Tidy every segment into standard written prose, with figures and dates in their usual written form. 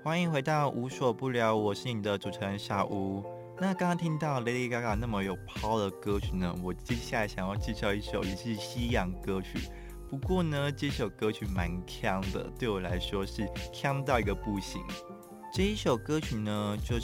欢迎回到无所不聊，我是你的主持人小吴。那刚刚听到 Lady Gaga 那么有 power 的歌曲呢，我接下来想要介绍一首也是西洋歌曲。不过呢，这首歌曲蛮强的，对我来说是强到一个不行。这一首歌曲呢，就是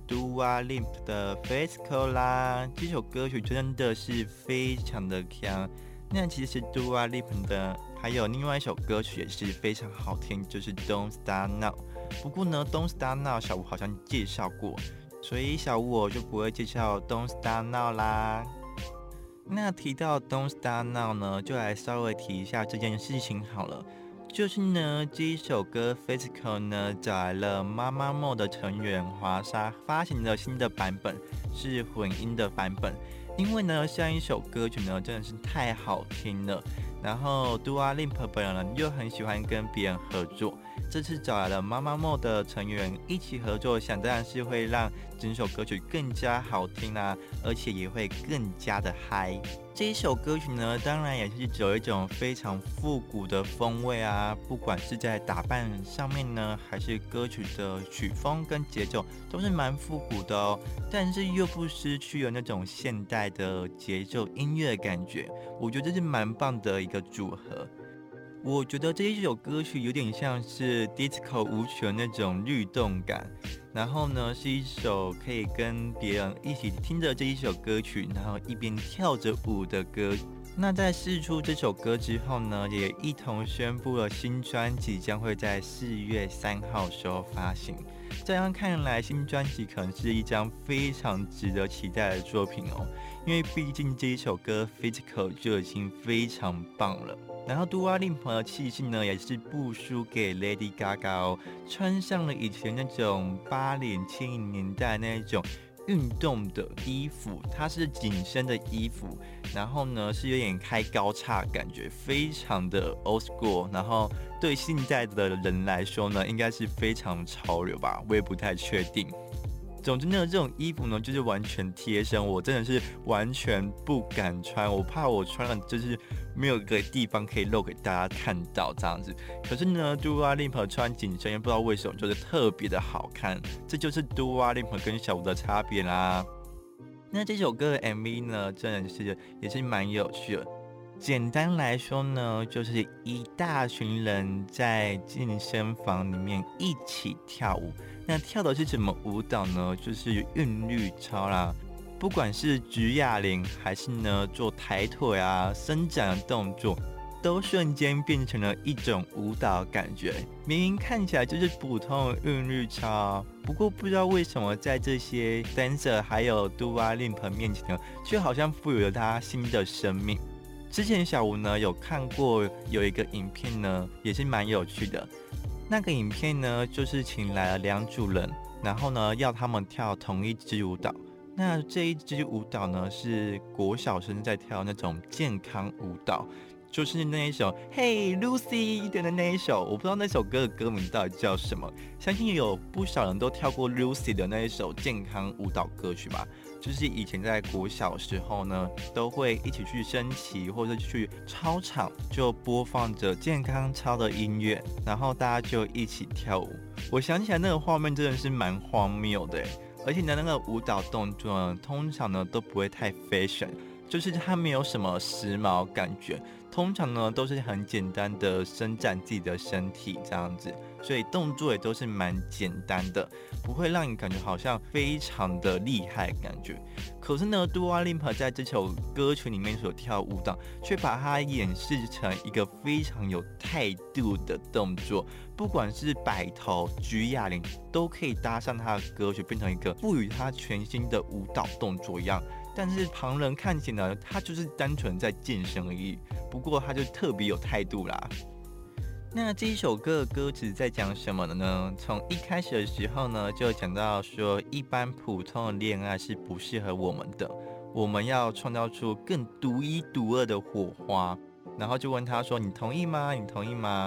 Dua Lipa 的 Physical 啦。这首歌曲真的是非常的强。那其实 Dua Lipa 的还有另外一首歌曲也是非常好听，就是 Don't Start Now。不过呢 ，Don't Start Now 小吴好像介绍过，所以小吴我就不会介绍 Don't Start Now 啦。那提到 Don't Start Now 呢，就来稍微提一下这件事情好了。就是呢，这一首歌 Physical 呢，找来了妈妈梦的成员华莎发行了新的版本，是混音的版本。因为呢，上一首歌曲呢真的是太好听了，然后 Dua Lipa 本人又很喜欢跟别人合作，这次找来了妈妈梦的成员一起合作，想当然是会让整首歌曲更加好听啊，而且也会更加的嗨。这一首歌曲呢，当然也是走一种非常复古的风味啊，不管是在打扮上面呢，还是歌曲的曲风跟节奏，都是蛮复古的哦。但是又不失去了那种现代的节奏音乐的感觉，我觉得这是蛮棒的一个组合。我觉得这一首歌曲有点像是 disco 舞曲的那种律动感，然后呢是一首可以跟别人一起听着这一首歌曲，然后一边跳着舞的歌。那在释出这首歌之后呢，也一同宣布了新专辑将会在4月3号时候发行。这样看来，新专辑可能是一张非常值得期待的作品哦，因为毕竟这一首歌 Physical 就已经非常棒了。然后 Dua Lipa 的气息呢，也是不输给 Lady Gaga 哦，穿上了以前那种80、70年代那种运动的衣服，它是紧身的衣服，然后呢是有点开高叉感觉，非常的 old school， 然后对现在的人来说呢，应该是非常潮流吧，我也不太确定。总之呢，这种衣服呢就是完全贴身，我真的是完全不敢穿，我怕我穿了就是没有一个地方可以露给大家看到这样子。可是呢 Dua Lipa 穿紧身，也不知道为什么就是特别的好看，这就是 Dua Lipa 跟小吴的差别啦。那这首歌的 MV 呢，真的是也是蛮有趣的。简单来说呢，就是一大群人在健身房里面一起跳舞。那跳的是什么舞蹈呢？就是韵律操啦。不管是举哑铃，还是呢做抬腿啊、伸展的动作，都瞬间变成了一种舞蹈感觉。明明看起来就是普通的韵律操，不过不知道为什么在这些 dancer 还有 Dua Lipa 面前呢，却好像赋予了它新的生命。之前小吴呢有看过有一个影片呢，也是蛮有趣的。那个影片呢，就是请来了2组人，然后呢要他们跳同一支舞蹈。那这一支舞蹈呢是国小生在跳那种健康舞蹈，就是那一首 Hey Lucy 的那一首，我不知道那首歌的歌名到底叫什么。相信有不少人都跳过 Lucy 的那一首健康舞蹈歌曲吧。就是以前在国小时候呢，都会一起去升旗或者去操场，就播放着健康操的音乐，然后大家就一起跳舞。我想起来那个画面真的是蛮荒谬的，而且呢，那个舞蹈动作呢，通常呢都不会太 fashion， 就是它没有什么时髦感觉，通常呢都是很简单的伸展自己的身体这样子，所以动作也都是蛮简单的，不会让你感觉好像非常的厉害感觉。可是呢 Dua Lipa 在这首歌曲里面所跳舞蹈，却把它演示成一个非常有态度的动作，不管是摆头、举哑铃，都可以搭上它的歌曲，变成一个赋予它全新的舞蹈动作一样。但是旁人看起来，他就是单纯在健身而已，不过他就特别有态度啦。那这一首歌的歌词在讲什么的呢？从一开始的时候呢，就讲到说，一般普通的恋爱是不适合我们的，我们要创造出更独一无二的火花。然后就问他说：“你同意吗？你同意吗？”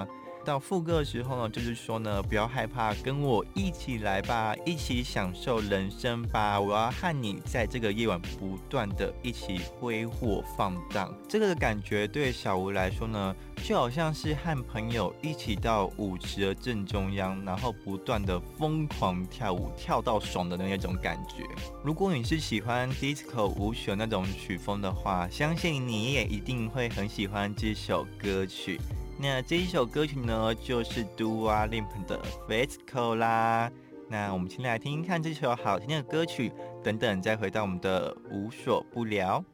到副歌的时候呢，就是说呢，不要害怕，跟我一起来吧，一起享受人生吧。我要和你在这个夜晚不断的一起挥霍放荡。这个的感觉对小吴来说呢，就好像是和朋友一起到舞池的正中央，然后不断的疯狂跳舞，跳到爽的那种感觉。如果你是喜欢 disco 舞曲的那种曲风的话，相信你也一定会很喜欢这首歌曲。那这一首歌曲呢，就是 Dua Lipa 的 Physical 啦。那我们先来听听看这首好听的歌曲，等等再回到我们的无所不聊。